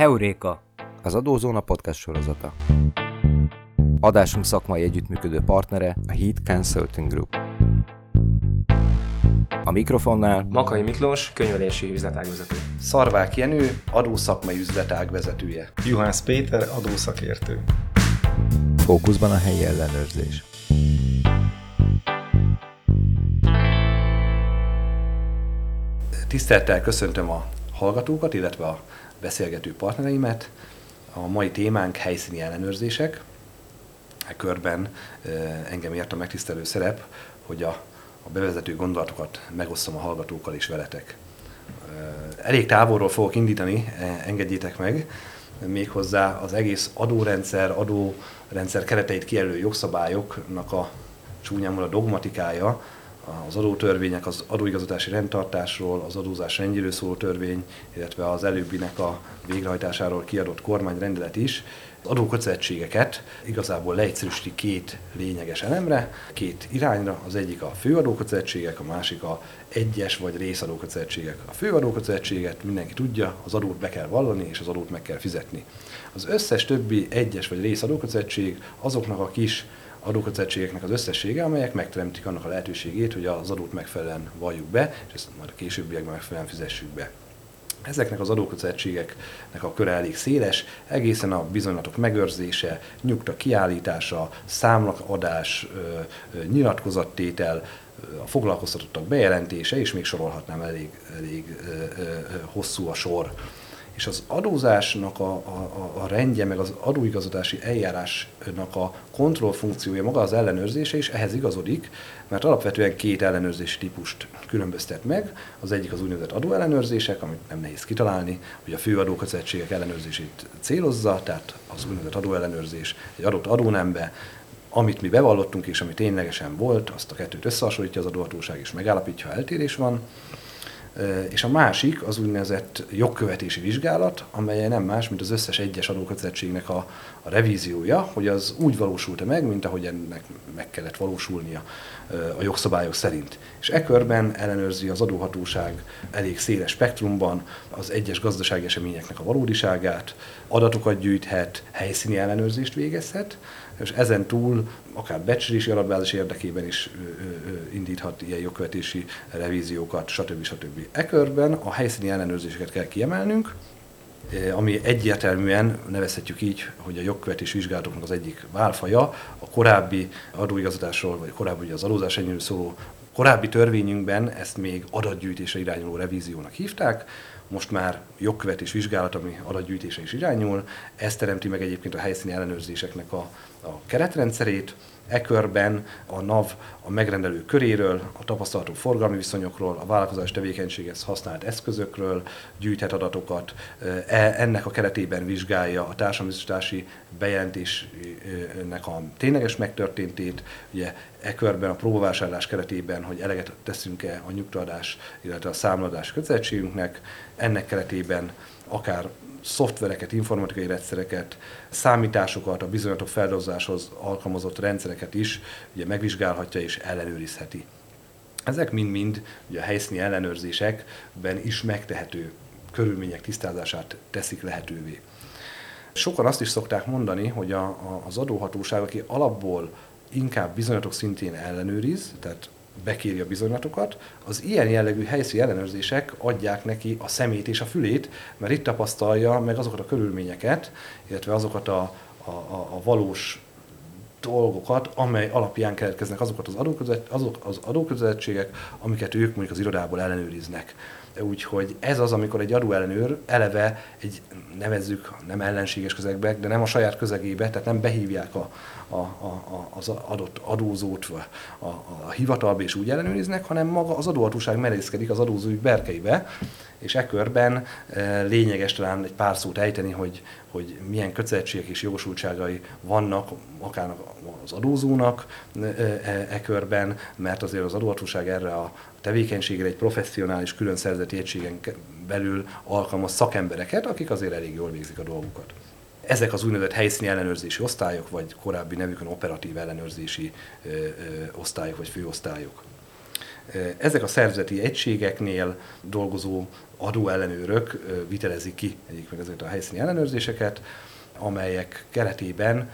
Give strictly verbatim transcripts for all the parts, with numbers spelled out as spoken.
Heuréka, az Adózóna podcast sorozata. Adásunk szakmai együttműködő partnere a Heat Consulting Group. A mikrofonnál Makai Miklós, könyvelési üzletágvezető. Szarvák Jenő, adószakmai üzletágvezetője. Juhász Péter, adószakértő. Fókuszban a helyi ellenőrzés. Tisztelettel köszöntöm a hallgatókat, illetve a beszélgető partnereimet. A mai témánk helyszíni ellenőrzések. E körben engem ért a megtisztelő szerep, hogy a, a bevezető gondolatokat megosztom a hallgatókkal és veletek. Elég távolról fogok indítani, engedjétek meg, méghozzá az egész adórendszer, adórendszer kereteit kijelölő jogszabályoknak a csúnyán a dogmatikája, az adótörvények, az adóigazgatási rendtartásról, az adózás rendjéről szóló törvény, illetve az előbbinek a végrehajtásáról kiadott kormányrendelet is az adókötelezettségeket igazából leegyszerűsíti két lényeges elemre, két irányra. Az egyik a főadókötelezettségek, a másik a egyes vagy részadókötelezettségek. A főadókötelezettséget mindenki tudja, az adót be kell vallani, és az adót meg kell fizetni. Az összes többi egyes vagy részadókötelezettség azoknak a kis adókötelezettségeknek az összessége, amelyek megteremtik annak a lehetőségét, hogy az adót megfelelően valljuk be, és ezt majd a későbbiekben megfelelően fizessük be. Ezeknek az adókötelezettségeknek a köre elég széles, egészen a bizonylatok megőrzése, nyugta kiállítása, számlaadás, nyilatkozattétel, a foglalkoztatottak bejelentése, és még sorolhatnám, elég, elég hosszú a sor. És az adózásnak a, a, a rendje, meg az adóigazgatási eljárásnak a kontrollfunkciója, maga az ellenőrzése is ehhez igazodik, mert alapvetően két ellenőrzési típust különböztet meg. Az egyik az úgynevezett adóellenőrzések, amit nem nehéz kitalálni, hogy a főadókötelezettségek ellenőrzését célozza, tehát az úgynevezett adóellenőrzés egy adott adónembe, amit mi bevallottunk és ami ténylegesen volt, azt a kettőt összehasonlítja az adóhatóság és megállapítja, ha eltérés van. És a másik az úgynevezett jogkövetési vizsgálat, amely nem más, mint az összes egyes adókötelezettségnek a, a revíziója, hogy az úgy valósult-e meg, mint ahogy ennek meg kellett valósulnia a jogszabályok szerint. És e körben ellenőrzi az adóhatóság elég széles spektrumban az egyes gazdasági eseményeknek a valódiságát, adatokat gyűjthet, helyszíni ellenőrzést végezhet, és ezen túl akár becslési adatbázis érdekében is indíthat ilyen jogkövetési revíziókat, stb. stb. E körben a helyszíni ellenőrzéseket kell kiemelnünk, ami egyértelműen nevezhetjük így, hogy a jogkövetési vizsgálatoknak az egyik válfaja, a korábbi adóigazgatásról, vagy korábbi az adózás rendjéről szóló korábbi törvényünkben ezt még adatgyűjtésre irányuló revíziónak hívták, most már jogkövetés vizsgálat, ami adatgyűjtése is irányul, ez teremti meg egyébként a helyszíni ellenőrzéseknek a, a keretrendszerét. E körben a NAV a megrendelő köréről, a tapasztalatú forgalmi viszonyokról, a vállalkozás tevékenységhez használt eszközökről gyűjthet adatokat. E, ennek a keretében vizsgálja a társadalombiztosítási bejelentésnek a tényleges megtörténtét. Ugye e körben a próbavásárlás keretében, hogy eleget teszünk-e a nyugtaadás, illetve a számladás kötelezettségünknek. Ennek keretében akár szoftvereket, informatikai rendszereket, számításokat, a bizonylatok feldolgozáshoz alkalmazott rendszereket is ugye megvizsgálhatja és ellenőrizheti. Ezek mind-mind ugye a helyszíni ellenőrzésekben is megtehető körülmények tisztázását teszik lehetővé. Sokan azt is szokták mondani, hogy a, a, az adóhatóság, aki alapból inkább bizonylatok szintjén ellenőriz, tehát bekéri a bizonylatokat, az ilyen jellegű helyszíni ellenőrzések adják neki a szemét és a fülét, mert itt tapasztalja meg azokat a körülményeket, illetve azokat a, a, a valós dolgokat, amely alapján keletkeznek azokat az, adóközet, azok az adókötelezettségek, amiket ők mondjuk az irodából ellenőriznek. Úgyhogy ez az, amikor egy adóellenőr eleve egy, nevezzük nem ellenséges közegbe, de nem a saját közegébe, tehát nem behívják a, a, a, az adott adózót a, a, a hivatalba és úgy ellenőriznek, hanem maga az adóhatóság merészkedik az adózói berkeibe, és e körben e, lényeges talán egy pár szót ejteni, hogy, hogy milyen kötelezettségek és jogosultságai vannak akár az adózónak e, e, e körben, mert azért az adóhatóság erre a tevékenységre egy professzionális, külön szervezeti egységen belül alkalmaz szakembereket, akik azért elég jól végzik a dolgukat. Ezek az úgynevezett helyszíni ellenőrzési osztályok, vagy korábbi nevükön operatív ellenőrzési ö, ö, osztályok, vagy főosztályok. Ezek a szervezeti egységeknél dolgozó adóellenőrök vitelezik ki egyébként ezeket a helyszíni ellenőrzéseket, amelyek keretében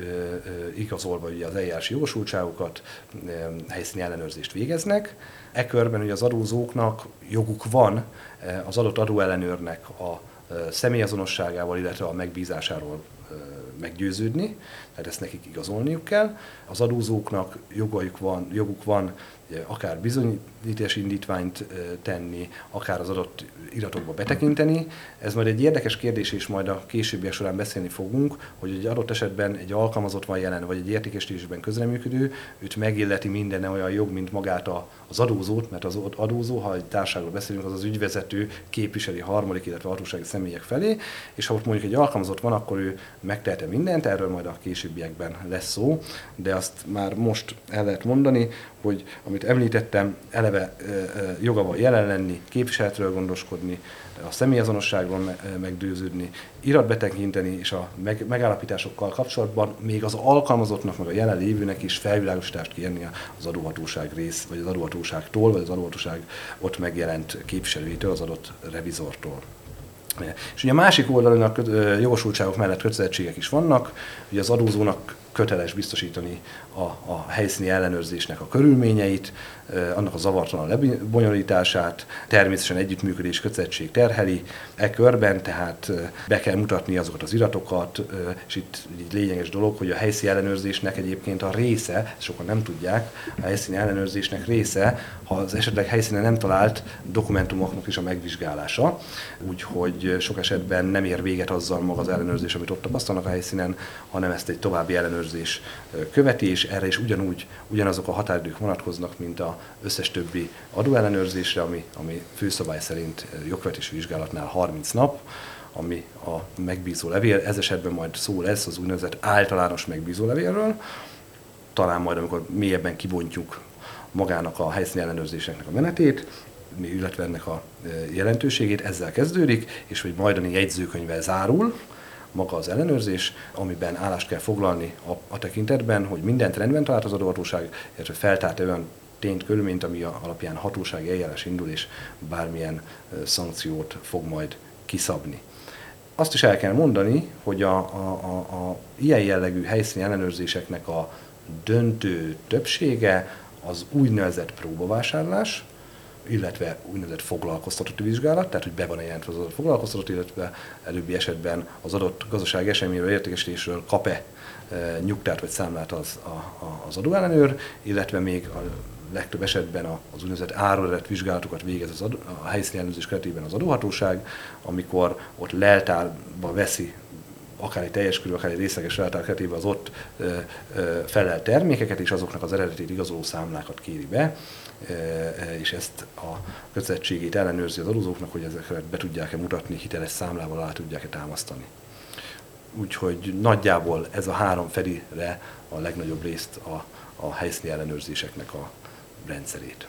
igazolva ugye az eljárási jogosultságokat, helyszíni ellenőrzést végeznek. E körben ugye az adózóknak joguk van az adott adóellenőrnek a személyazonosságával, illetve a megbízásáról meggyőződni, tehát ezt nekik igazolniuk kell. Az adózóknak jogajuk van, joguk van akár bizonyítási indítványt tenni, akár az adott iratokba betekinteni. Ez majd egy érdekes kérdés, és majd a későbbiek során beszélni fogunk, hogy egy adott esetben egy alkalmazott van jelen, vagy egy értékesítésben közreműködő, őt megilleti minden olyan jog, mint magát az adózót, mert az adózó, ha egy társaságról beszélünk, az az ügyvezető képviseli harmadik, illetve hatósági személyek felé, és ha ott mondjuk egy alkalmazott van, akkor ő megteheti mindent, erről majd a későbbiekben lesz szó, de azt már most el lehet mondani, hogy amit említettem, eleve joga van jelen lenni, képviseletről gondoskodni, a személyazonosságról meggyőződni, iratbetekinteni, és a megállapításokkal kapcsolatban még az alkalmazottnak, meg a jelenlévőnek is felvilágosítást kérni az adóhatóság rész, vagy az adóhatóságtól, vagy az adóhatóság ott megjelent képviselőjétől, az adott revizortól. És ugye a másik oldalon a jogosultságok mellett kötelezettségek is vannak, ugye az adózónak köteles biztosítani a, a helyszíni ellenőrzésnek a körülményeit, annak a zavartalan lebonyolítását, természetesen együttműködés kötelezettség terheli e körben, tehát be kell mutatni azokat az iratokat, és itt egy lényeges dolog, hogy a helyszíni ellenőrzésnek egyébként a része, sokan nem tudják, a helyszíni ellenőrzésnek része, ha az esetleg helyszínen nem talált dokumentumoknak is a megvizsgálása, úgyhogy sok esetben nem ér véget azzal maga az ellenőrzés, amit ott tapasztalnak a helyszínen, hanem ezt egy további ellenőrzés követi, és erre is ugyanúgy, ugyanazok a határidők vonatkoznak, mint az összes többi adóellenőrzésre, ami, ami főszabály szerint jogkövetési vizsgálatnál harminc nap, ami a megbízó levél. Ez esetben majd szó lesz az úgynevezett általános megbízó levélről, talán majd, amikor mélyebben kibontjuk magának a helyszíni ellenőrzéseknek a menetét, illetve ennek a jelentőségét, ezzel kezdődik, és hogy majdani jegyzőkönyvvel zárul maga az ellenőrzés, amiben állást kell foglalni a, a tekintetben, hogy mindent rendben talált az adóhatóság, illetve feltárt olyan tényt, körülményt, ami alapján hatósági eljárás indul, és bármilyen szankciót fog majd kiszabni. Azt is el kell mondani, hogy a, a, a, a ilyen jellegű helyszíni ellenőrzéseknek a döntő többsége az úgynevezett próbavásárlás, illetve úgynevezett foglalkoztatott vizsgálat, tehát hogy be van jelentve az adott foglalkoztatott, illetve előbbi esetben az adott gazdasági eseményről, értékesítésről kap-e e, nyugtát vagy számlát az, a, a, az adóellenőr, illetve még a legtöbb esetben az úgynevezett árueredet vizsgálatokat végez az adó, a helyszíni ellenőrzés keretében az adóhatóság, amikor ott leltárba veszi akár egy teljes körül, akár egy részleges leltár keretében az ott ö, ö, felelt termékeket, és azoknak az eredetét igazoló számlákat kéri be, és ezt a kötelezettségét ellenőrzi az adózóknak, hogy ezeket be tudják-e mutatni, hiteles számlával alá tudják-e támasztani. Úgyhogy nagyjából ez a három fedi le a legnagyobb részt a, a helyszíni ellenőrzéseknek a rendszerét.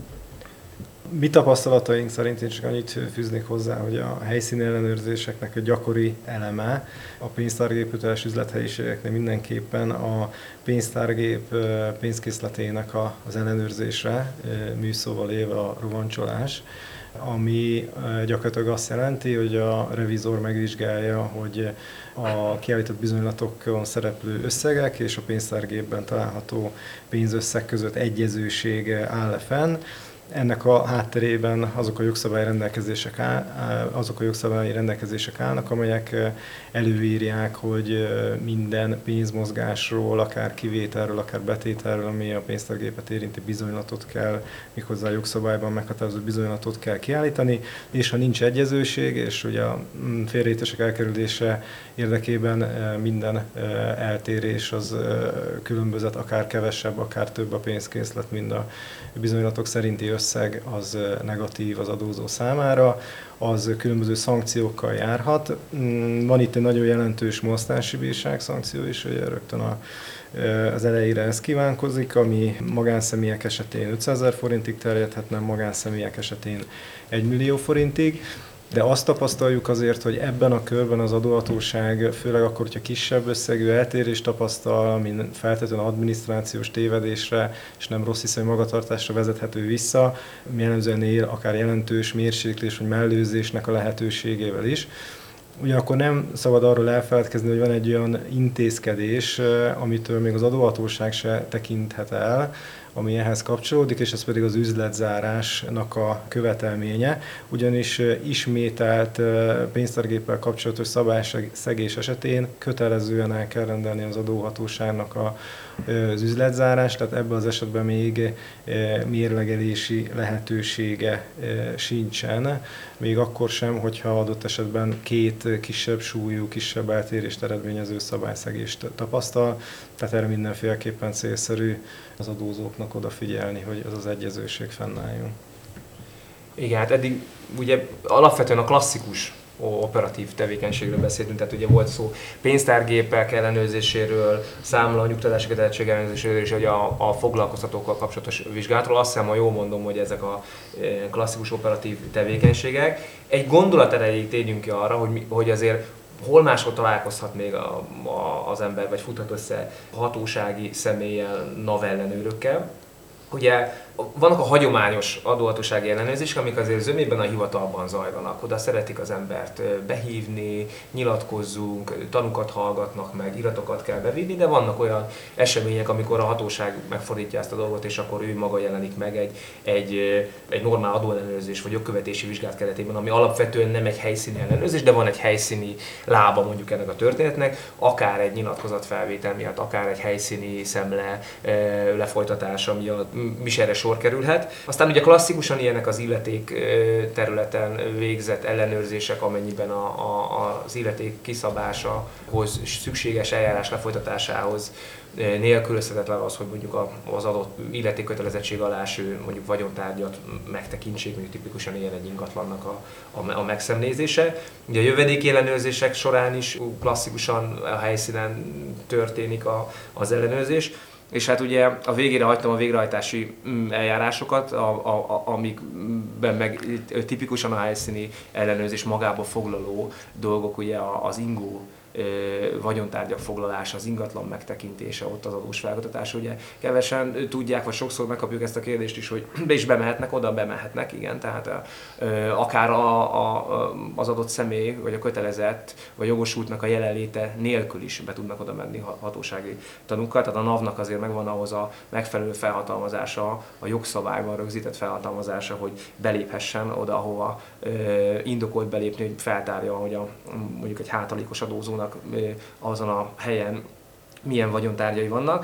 Mi tapasztalataink szerint én csak annyit fűznék hozzá, hogy a helyszíni ellenőrzéseknek a gyakori eleme a pénztárgépüteles üzlethelyiségeknél mindenképpen a pénztárgép pénzkészletének az ellenőrzésre, műszóval élve a rovancsolás, ami gyakorlatilag azt jelenti, hogy a revizor megvizsgálja, hogy a kiállított bizonylatokon szereplő összegek és a pénztárgépben található pénzösszeg között egyezőség áll fenn. Ennek a hátterében azok a jogszabályi rendelkezések, áll, azok a jogszabályi rendelkezések állnak, amelyek előírják, hogy minden pénzmozgásról, akár kivételről, akár betételről, ami a pénztárgépet érinti bizonylatot kell, méghozzá a jogszabályban meghatározott bizonylatot kell kiállítani, és ha nincs egyezőség, és ugye a félreértések elkerülése érdekében minden eltérés az különbözet, akár kevesebb, akár több a pénzkészlet, mind a bizonylatok szerinti összeg az negatív az adózó számára, az különböző szankciókkal járhat. Van itt egy nagyon jelentős mosztási bírság szankció is, hogy rögtön a, az elejére ez kívánkozik, ami magánszemélyek esetén ötszázezer forintig terjedhet, nem magánszemélyek esetén egy millió forintig. De azt tapasztaljuk azért, hogy ebben a körben az adóhatóság, főleg akkor, hogyha kisebb összegű eltérést tapasztal, ami feltétlenül adminisztrációs tévedésre és nem rossz hiszemű magatartásra vezethető vissza, jellemzően él akár jelentős mérséklés vagy mellőzésnek a lehetőségével is. Ugyanakkor nem szabad arról elfeledkezni, hogy van egy olyan intézkedés, amitől még az adóhatóság se tekinthet el, ami ehhez kapcsolódik, és ez pedig az üzletzárásnak a követelménye, ugyanis ismételt pénztárgéppel kapcsolatos szabályszegés esetén kötelezően el kell rendelni az adóhatóságnak a, az üzletzárást, tehát ebben az esetben még mérlegelési lehetősége sincsen, még akkor sem, hogyha adott esetben két kisebb súlyú, kisebb eltérést eredményező szabályszegést tapasztal, tehát erre mindenféleképpen célszerű az adózóknak odafigyelni, hogy az az egyezőség fennálljon. Igen, hát eddig ugye alapvetően a klasszikus operatív tevékenységről beszéltünk, tehát ugye volt szó pénztárgépek ellenőrzéséről, számla, nyugtatási kötelezettség ellenőrzéséről és ugye a, a foglalkoztatókkal kapcsolatos vizsgálatról. Azt hiszem, ha jól mondom, hogy ezek a klasszikus operatív tevékenységek. Egy gondolat erejéig térjünk ki arra, hogy, mi, hogy azért hol máshol találkozhat még a, a, az ember, vagy futhat össze hatósági személlyel, NAV ellenőrökkel. Ugye vannak a hagyományos adóhatósági ellenőrzések, amik azért zömében a hivatalban zajlanak. Oda szeretik az embert behívni, nyilatkozzunk, tanúkat hallgatnak meg, iratokat kell bevinni, de vannak olyan események, amikor a hatóság megfordítja ezt a dolgot, és akkor ő maga jelenik meg egy, egy, egy normál adóellenőrzés vagy jogkövetési vizsgálat keretében, ami alapvetően nem egy helyszíni ellenőrzés, de van egy helyszíni lába mondjuk ennek a történetnek, akár egy nyilatkozatfelvétel miatt, akár egy helyszíni szemle lefolytatása miatt, is erre sor kerülhet. Aztán ugye klasszikusan ilyenek az illeték területen végzett ellenőrzések, amennyiben a, a, az illeték kiszabásához, szükséges eljárás lefolytatásához nélkülözhetetlen az, hogy mondjuk az adott illetékkötelezettség alá eső mondjuk vagyontárgyat megtekintsék, mondjuk tipikusan ilyen egy ingatlannak a, a, a megszemlézése. Ugye a jövedéki ellenőrzések során is klasszikusan a helyszínen történik a, az ellenőrzés. És hát ugye a végére hagytam a végrehajtási eljárásokat, a, a, a, amikben meg tipikusan a helyszíni ellenőrzés magába foglaló dolgok, ugye az ingó vagyontárgyak foglalása, az ingatlan megtekintése, ott az adós felkutatás. Ugye kevesen tudják, vagy sokszor megkapjuk ezt a kérdést is, hogy be is bemehetnek, oda bemehetnek, igen, tehát akár a, a, az adott személy, vagy a kötelezett, vagy jogosultnak a jelenléte nélkül is be tudnak oda menni hatósági tanúkkal. Tehát a NAV-nak azért megvan ahhoz a megfelelő felhatalmazása, a jogszabályban rögzített felhatalmazása, hogy beléphessen oda, ahova indokolt belépni, hogy feltárja, hogy a, mondjuk egy hátalékos adózónak azon a helyen milyen vagyontárgyai vannak.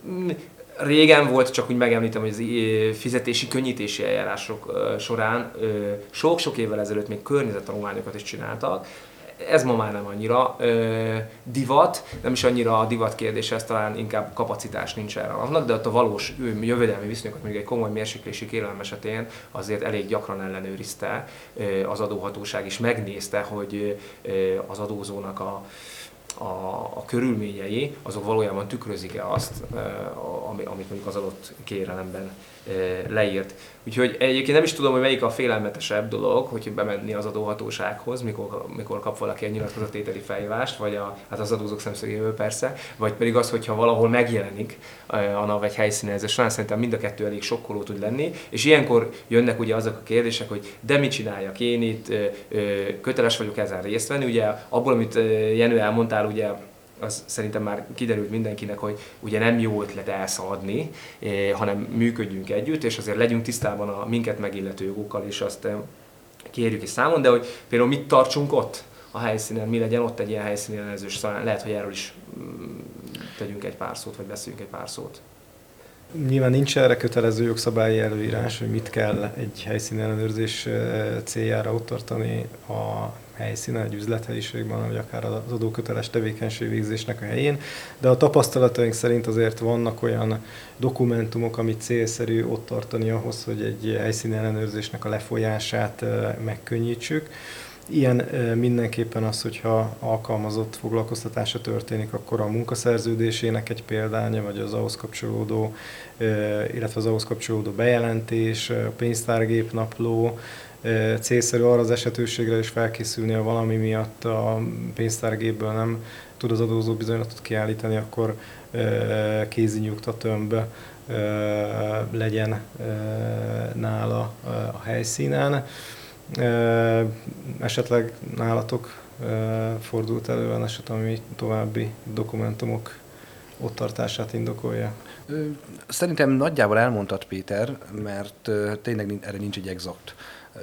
Régen volt, csak úgy megemlítem, hogy az fizetési könnyítési eljárások során sok-sok évvel ezelőtt még környezettanulmányokat is csináltak. Ez ma már nem annyira divat, nem is annyira a divat kérdése, ez talán inkább kapacitás nincs erre annak, de ott a valós jövedelmi viszonyokat még egy komoly mérséklési kérelem esetén azért elég gyakran ellenőrizte az adóhatóság is, megnézte, hogy az adózónak a A, a körülményei, azok valójában tükrözik-e azt, ami, amit mondjuk az adott kérelemben leírt. Úgyhogy egyébként nem is tudom, hogy melyik a félelmetesebb dolog, hogy bemenni az adóhatósághoz, mikor, mikor kap valaki egy nyilatkozattételi felhívást, vagy a, hát az adózók szemszögéből persze, vagy pedig az, hogyha valahol megjelenik a NAV egy helyszínen, ez során szerintem mind a kettő elég sokkoló tud lenni, és ilyenkor jönnek ugye azok a kérdések, hogy de mit csináljak én itt, köteles vagyok ezen részt venni, ugye abból, amit Jenő elmondtál, ugye az szerintem már kiderült mindenkinek, hogy ugye nem jó ötlet elszaladni, eh, hanem működjünk együtt, és azért legyünk tisztában a minket megillető jogokkal, és azt eh, kérjük is számon, de hogy például mit tartsunk ott a helyszínen, mi legyen ott egy ilyen helyszíni ellenőrzés, szóval lehet, hogy erről is mm, tegyünk egy pár szót, vagy beszéljünk egy pár szót. Nyilván nincs erre kötelező jogszabályi előírás, hogy mit kell egy helyszíni ellenőrzés céljára ott tartani a helyszínen, egy üzlethelyiségben, vagy akár az adóköteles tevékenység végzésnek a helyén, de a tapasztalataink szerint azért vannak olyan dokumentumok, amit célszerű ott tartani ahhoz, hogy egy helyszíni ellenőrzésnek a lefolyását megkönnyítsük. Ilyen mindenképpen az, hogyha alkalmazott foglalkoztatása történik, akkor a munkaszerződésének egy példánya, vagy az ahhoz kapcsolódó, illetve az ahhoz kapcsolódó bejelentés, pénztárgépnapló, célszerű arra az esetőségre is felkészülni, ha valami miatt a pénztárgépből nem tud az adózó bizonylatot kiállítani, akkor kézi nyugtatömb legyen nála a helyszínen. Esetleg nálatok fordult elő olyan eset, ami további dokumentumok ott tartását indokolja? Szerintem nagyjából elmondtad, Péter, mert tényleg erre nincs egy exakt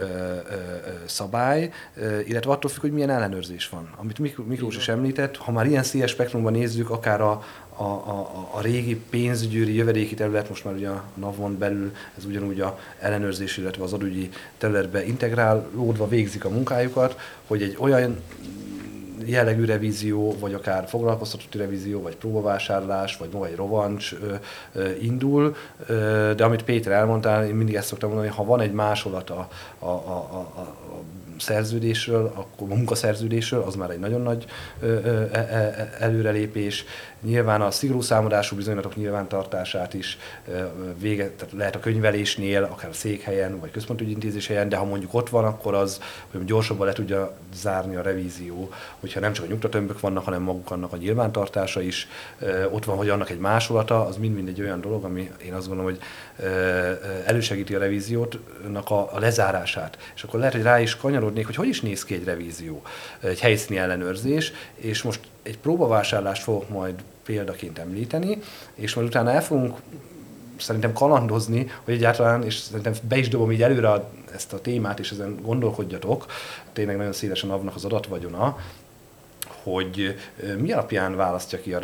szabály, illetve attól függ, hogy milyen ellenőrzés van. Amit Miklós is említett, ha már ilyen széles spektrumban nézzük, akár a, a, a, a régi pénzügyőri jövedéki terület, most már ugye a NAV-on belül ez ugyanúgy a ellenőrzés, illetve az adóügyi területbe integrálódva végzik a munkájukat, hogy egy olyan jellegű revízió, vagy akár foglalkoztatói revízió, vagy próbavásárlás, vagy maga egy rovancs ö, ö, indul, ö, de amit Péter elmondtál, én mindig ezt szoktam mondani, hogy ha van egy másolat a, a, a, a, a szerződésről, akkor a munkaszerződésről, az már egy nagyon nagy ö, ö, e, előrelépés. Nyilván a szigorú számadású bizonylatok nyilvántartását is ö, vége, tehát lehet a könyvelésnél, akár a székhelyen, vagy központi ügyintézés helyen, de ha mondjuk ott van, akkor az, hogy gyorsabban le tudja zárni a revízió, hogyha nem csak a nyugtatömbök vannak, hanem maguk annak a nyilvántartása is. Ö, ott van, hogy annak egy másolata, az mind-mind egy olyan dolog, ami én azt gondolom, hogy ö, elősegíti a revíziótnak a, a lezárását. És akkor lehet, hogy rá is kanyarodnék, hogy hogy is néz ki egy revízió, egy helyszíni ellenőrzés, és most egy próbavásárlást fogok majd példaként említeni, és majd utána el fogunk szerintem kalandozni, hogy egyáltalán, és szerintem be is dobom így előre ezt a témát, és ezen gondolkodjatok, tényleg nagyon szélesen avnak az adatvagyona, hogy mi alapján választja ki a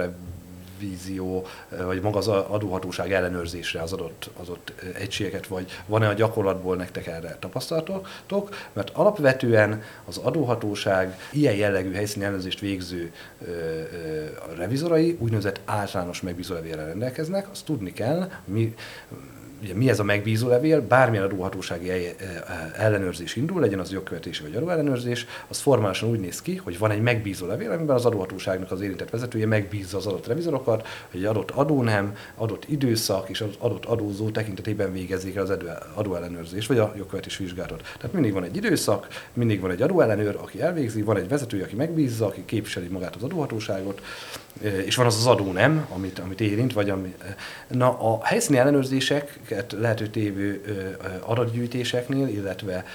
revízió, vagy maga az adóhatóság ellenőrzésre az adott, az ott egységeket, vagy van-e a gyakorlatból nektek erre tapasztalatotok, mert alapvetően az adóhatóság ilyen jellegű helyszíni ellenőrzést végző ö, ö, revizorai úgynevezett általános megbízólevéllel rendelkeznek, azt tudni kell, mi ugye mi ez a megbízólevél, bármilyen adóhatósági ellenőrzés indul, legyen az jogkövetési vagy adóellenőrzés, az formálisan úgy néz ki, hogy van egy megbízólevél, amiben az adóhatóságnak az érintett vezetője megbízza az adott revizorokat, hogy egy adott adónem, adott időszak és az adott adózó tekintetében végezzék el az adóellenőrzést, vagy a jogkövetési vizsgálatot. Tehát mindig van egy időszak, mindig van egy adóellenőr, aki elvégzi, van egy vezetője, aki megbízza, aki képviseli magát az adóhatóságot, és van az az adónem, amit, amit érint, vagy ami... Na, a helyszíni ellenőrzéseket lehető tévő adatgyűjtéseknél, illetve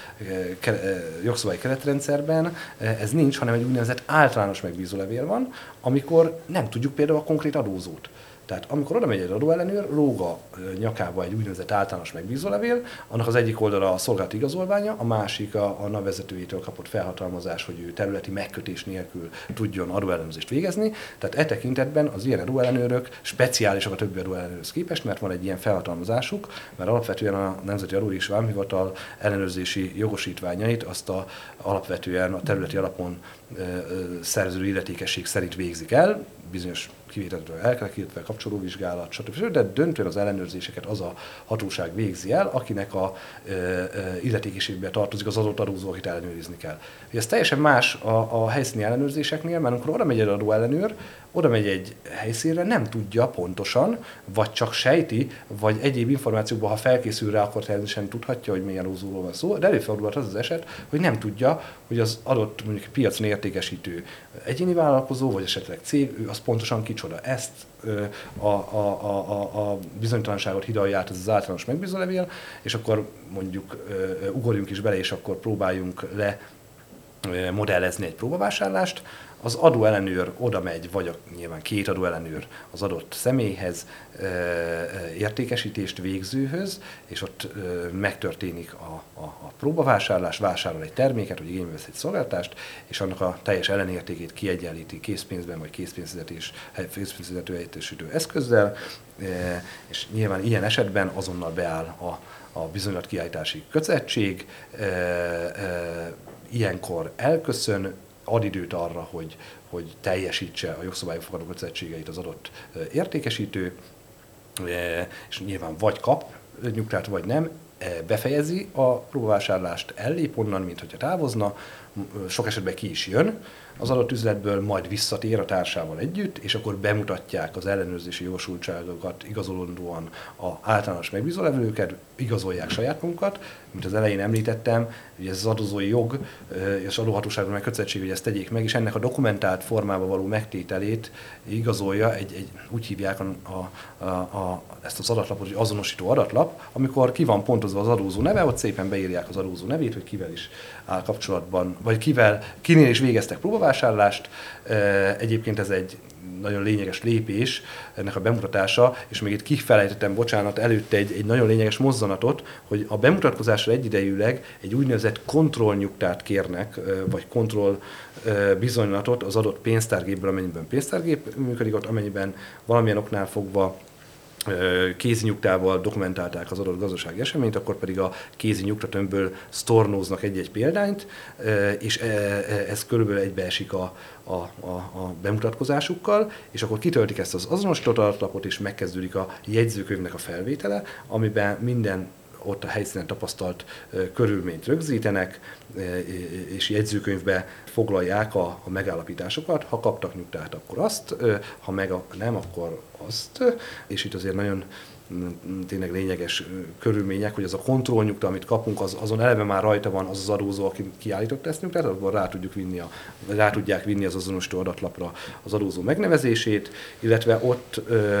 jogszabályi keretrendszerben ez nincs, hanem egy úgynevezett általános megbízólevél van, amikor nem tudjuk például a konkrét adózót. Tehát amikor oda megy egy adóellenőr, lóg a nyakába egy úgynevezett általános megbízólevél, annak az egyik oldala a szolgálati igazolványa, a másik a, a NAV vezetőjétől kapott felhatalmazás, hogy ő területi megkötés nélkül tudjon adóellenőrzést végezni. Tehát e tekintetben az ilyen adóellenőrök speciálisak a többi adóellenőrhöz képest, mert van egy ilyen felhatalmazásuk, mert alapvetően a Nemzeti Adó és Vámhivatal ellenőrzési jogosítványait azt a, alapvetően a területi alapon ö, ö, szerződő illetékesség szerint végzik el, bizonyos kivételtől el, illetve kapcsolóvizsgálat, stb. De döntően az ellenőrzéseket az a hatóság végzi el, akinek a ö, ö, illetékességbe tartozik az adott adózó, akit ellenőrizni kell. Ez teljesen más a, a helyszíni ellenőrzéseknél, mert amikor oda megy egy adóellenőr, oda megy egy helyszínre, nem tudja pontosan, vagy csak sejti, vagy egyéb információkban, ha felkészül rá, akkor természetesen tudhatja, hogy milyen adózóról van szó, de előfordulhat az az eset, hogy nem tudja, hogy az adott mondjuk piacon értékesítő egyéni vállalkozó, vagy esetleg cég, ő az pontosan kicsoda. Ezt a, a, a, a bizonytalanságot hidalja át ez az általános megbízólevél, és akkor mondjuk ugorjunk is bele, és akkor próbáljunk le modellezni egy próbavásárlást. Az adóellenőr oda megy, vagy a, nyilván két adóellenőr az adott személyhez, e, e, értékesítést végzőhöz, és ott e, megtörténik a, a, a próbavásárlás, vásárol egy terméket, vagy igénybe vesz egy szolgáltást, és annak a teljes ellenértékét kiegyenlíti készpénzben, vagy készpénzfizetés, készpénzfizető helyettesítő eszközzel, e, és nyilván ilyen esetben azonnal beáll a, a bizonylatkiállítási kötelezettség, e, e, ilyenkor elköszön, ad időt arra, hogy, hogy teljesítse a jogszabályok fogadó kötelezettségeit az adott értékesítő, és nyilván vagy kap nyugtát, vagy nem, befejezi a próbavásárlást, ellép onnan, mint hogyha távozna, sok esetben ki is jön az adott üzletből, majd visszatér a társával együtt, és akkor bemutatják az ellenőrzési jogosultságokat igazolódóan az általános megbízólevelőket, igazolják saját magukat, mint az elején említettem, ugye ez az adózói jog és adóhatóságban meg kötelezettség, hogy ezt tegyék meg, és ennek a dokumentált formában való megtételét igazolja, egy, egy, úgy hívják a, a, a, a, ezt az adatlapot, hogy azonosító adatlap, amikor ki van pontozva az adózó neve, ott szépen beírják az adózó nevét, hogy kivel is áll kapcsolatban, vagy kivel, kinél is végeztek próbavásárlást. Egyébként ez egy nagyon lényeges lépés, ennek a bemutatása, és még itt kifelejtettem, bocsánat, előtte egy, egy nagyon lényeges mozzanatot, hogy a bemutatkozásra egyidejűleg egy úgynevezett kontrollnyugtát kérnek, vagy kontroll bizonylatot az adott pénztárgépből, amennyiben pénztárgép működik, ott amennyiben valamilyen oknál fogva kézi nyugtával dokumentálták az adott gazdasági eseményt, akkor pedig a kézi nyugtatömbből sztornóznak egy-egy példányt, és ez körülbelül egybeesik a, a, a, a bemutatkozásukkal, és akkor kitöltik ezt az azonosított adatlapot, és megkezdődik a jegyzőkönyvnek a felvétele, amiben minden ott a helyszínen tapasztalt körülményt rögzítenek, és jegyzőkönyvbe foglalják a, a megállapításokat. Ha kaptak nyugtát, akkor azt, ha meg a, nem, akkor azt. És itt azért nagyon tényleg lényeges körülmények, hogy az a kontrollnyugta, amit kapunk, az, azon eleve már rajta van az az adózó, aki kiállította ezt nyugtát, akkor rá, tudjuk vinni a, rá tudják vinni az azonosító adatlapra az adózó megnevezését, illetve ott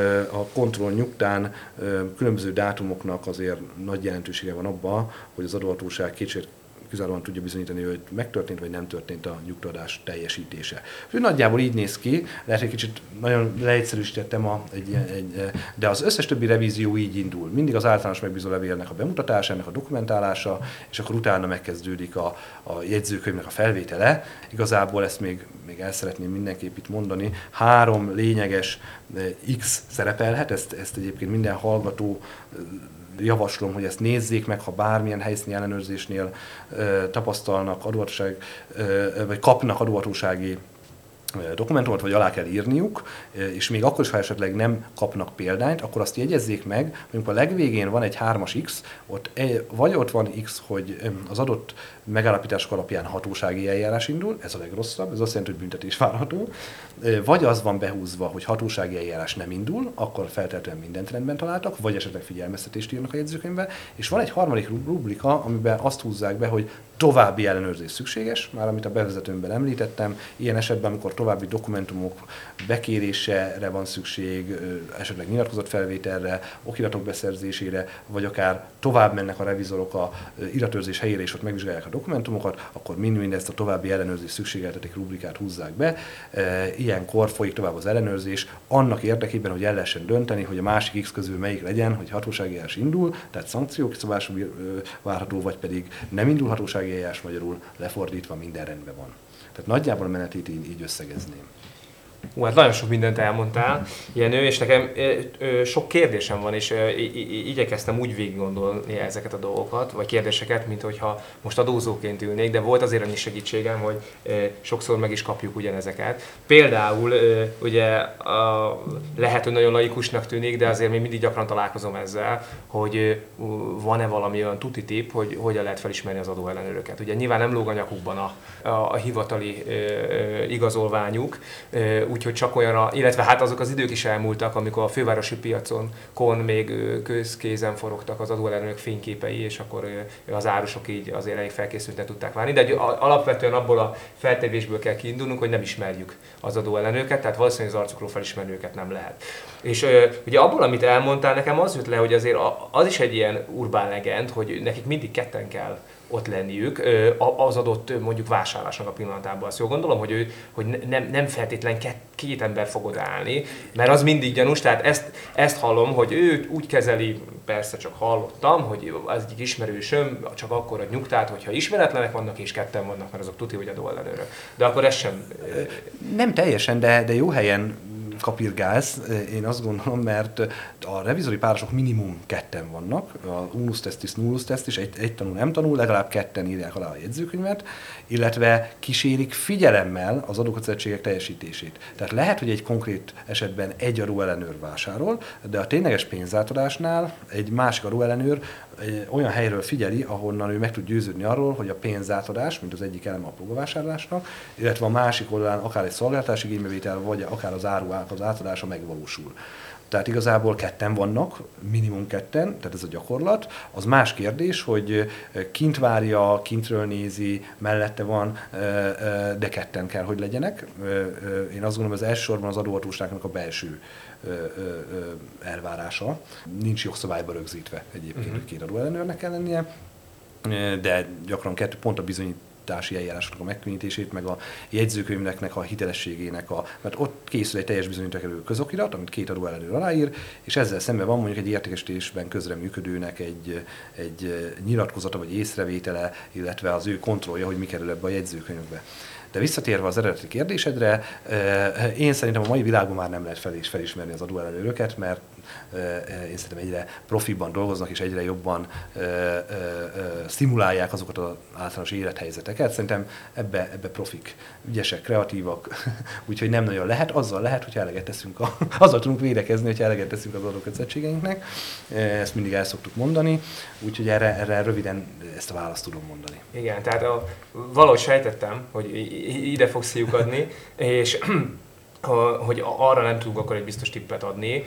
a kontrollnyugtán különböző dátumoknak azért nagy jelentősége van abban, hogy az adóhatóság kétség kizárólag tudja bizonyítani, hogy megtörtént vagy nem történt a nyugtaadás teljesítése. Úgyhogy nagyjából így néz ki, lehet, hogy kicsit nagyon leegyszerűsítettem, a, egy, egy, de az összes többi revízió így indul. Mindig az általános megbízó levélnek a bemutatása, ennek a dokumentálása, és akkor utána megkezdődik a, a jegyzőkönyvnek a felvétele. Igazából ezt még, még el szeretném mindenképp itt mondani. Három lényeges X szerepelhet, ezt, ezt egyébként minden hallgató javaslom, hogy ezt nézzék meg, ha bármilyen helyszíni ellenőrzésnél ö, tapasztalnak adóhatóság, ö, vagy kapnak adóhatósági dokumentumot, vagy alá kell írniuk, és még akkor is, ha esetleg nem kapnak példányt, akkor azt jegyezzék meg, hogy a legvégén van egy hármas X, ott vagy ott van X, hogy az adott megállapítások alapján hatósági eljárás indul, ez a legrosszabb, ez azt jelenti, hogy büntetés várható, vagy az van behúzva, hogy hatósági eljárás nem indul, akkor feltétlenül mindent rendben találtak, vagy esetleg figyelmeztetést írnak a jegyzőkönyvbe, és van egy harmadik rubrika, amiben azt húzzák be, hogy további ellenőrzés szükséges, már amit a bevezetőmben említettem, ilyen esetben, amikor további dokumentumok bekérésére van szükség, esetleg nyilatkozatfelvételre, okiratok beszerzésére, vagy akár tovább mennek a revizorok a iratőrzés helyére, és ott megvizsgálják a dokumentumokat, akkor mind-mind ezt a további ellenőrzés szükségeltetik rubrikát húzzák be. Ilyenkor folyik tovább az ellenőrzés, annak érdekében, hogy el lehessen dönteni, hogy a másik X közül melyik legyen, hogy hatósági eljárás indul, tehát szankciók kiszabású várható, vagy pedig nem indul hatósági eljárás, magyarul lefordítva minden rendben van. Tehát nagyjából a menetét így, így összegezném. Hú, hát nagyon sok mindent elmondtál, Jenő, és nekem sok kérdésem van, és igyekeztem úgy végig gondolni ezeket a dolgokat, vagy kérdéseket, mint hogyha most adózóként ülnék, de volt azért annyi segítségem, hogy sokszor meg is kapjuk ugyanezeket. Például ugye lehet, hogy nagyon laikusnak tűnik, de azért még mindig gyakran találkozom ezzel, hogy van-e valami olyan tuti tipp, hogy hogyan lehet felismerni az adóellenőröket. Ugye nyilván nem lóg a nyakukban a, a, a hivatali igazolványuk, úgyhogy csak olyanra, illetve hát azok az idők is elmúltak, amikor a fővárosi piacon kon még közkézen forogtak az adóellenőrök fényképei, és akkor az árusok így azért elég felkészülten tudták várni. De alapvetően abból a feltevésből kell kiindulnunk, hogy nem ismerjük az adóellenőröket, tehát valószínűleg az arcukról felismerni őket nem lehet. És ugye abból, amit elmondtál, nekem az jött le, hogy azért az is egy ilyen urbán legend, hogy nekik mindig ketten kell ott lenniük az adott mondjuk vásárlásnak a pillanatában. Azt jól gondolom, hogy, ő, hogy nem, nem feltétlen két, két ember fog odaállni, mert az mindig gyanús, tehát ezt, ezt hallom, hogy ő úgy kezeli, persze csak hallottam, hogy az egyik ismerősöm csak akkor ad nyugtát, hogyha ismeretlenek vannak és ketten vannak, mert azok tuti, hogy adóellenőrök. De akkor ez sem... Nem teljesen, de, de jó helyen kapirgálsz, én azt gondolom, mert a revizori párosok minimum ketten vannak, a unus testis, nullus testis, egy, egy tanul, nem tanul, legalább ketten írják alá a jegyzőkönyvet, illetve kísérik figyelemmel az adókötelezettségek teljesítését. Tehát lehet, hogy egy konkrét esetben egy adóellenőr vásárol, de a tényleges pénzátadásnál egy másik adóellenőr olyan helyről figyeli, ahonnan ő meg tud győződni arról, hogy a pénzátadás, mint az egyik eleme a próbavásárlásnak, illetve a másik oldalán akár egy szolgáltatási igénybevétel, vagy akár az áruák az átadása megvalósul. Tehát igazából ketten vannak, minimum ketten, tehát ez a gyakorlat. Az más kérdés, hogy kint várja, kintről nézi, mellette van, de ketten kell, hogy legyenek. Én azt gondolom, hogy az elsősorban az adóhatóságnak a belső elvárása. Nincs jogszabályba rögzítve egyébként, uh-huh. hogy két adóellenőrnek kell lennie, de gyakran kettő pont a bizonyítási eljárásoknak a megkönnyítését, meg a jegyzőkönyvnek a hitelességének, a, mert ott készül egy teljes bizonyítékelő közokirat, amit két adóellenőr aláír, és ezzel szemben van mondjuk egy értékesítésben közreműködőnek egy, egy nyilatkozata vagy észrevétele, illetve az ő kontrollja, hogy mi kerül ebbe a jegyzőkönyvbe. De visszatérve az eredeti kérdésedre, én szerintem a mai világban már nem lehet fel és felismerni az adóellenőröket, mert én szerintem egyre profibban dolgoznak, és egyre jobban szimulálják azokat az általános élethelyzeteket. Szerintem ebbe, ebbe profik, ügyesek, kreatívak, úgyhogy nem nagyon lehet. Azzal lehet, hogy eleget teszünk, a, azzal tudunk védekezni, hogy eleget teszünk az adókötelezettségeinknek. Ezt mindig el szoktuk mondani, úgyhogy erre, erre röviden ezt a választ tudom mondani. Igen, tehát a, valahogy sejtettem, hogy ide fogsz lyukadni, és hogy arra nem tudunk akkor egy biztos tippet adni,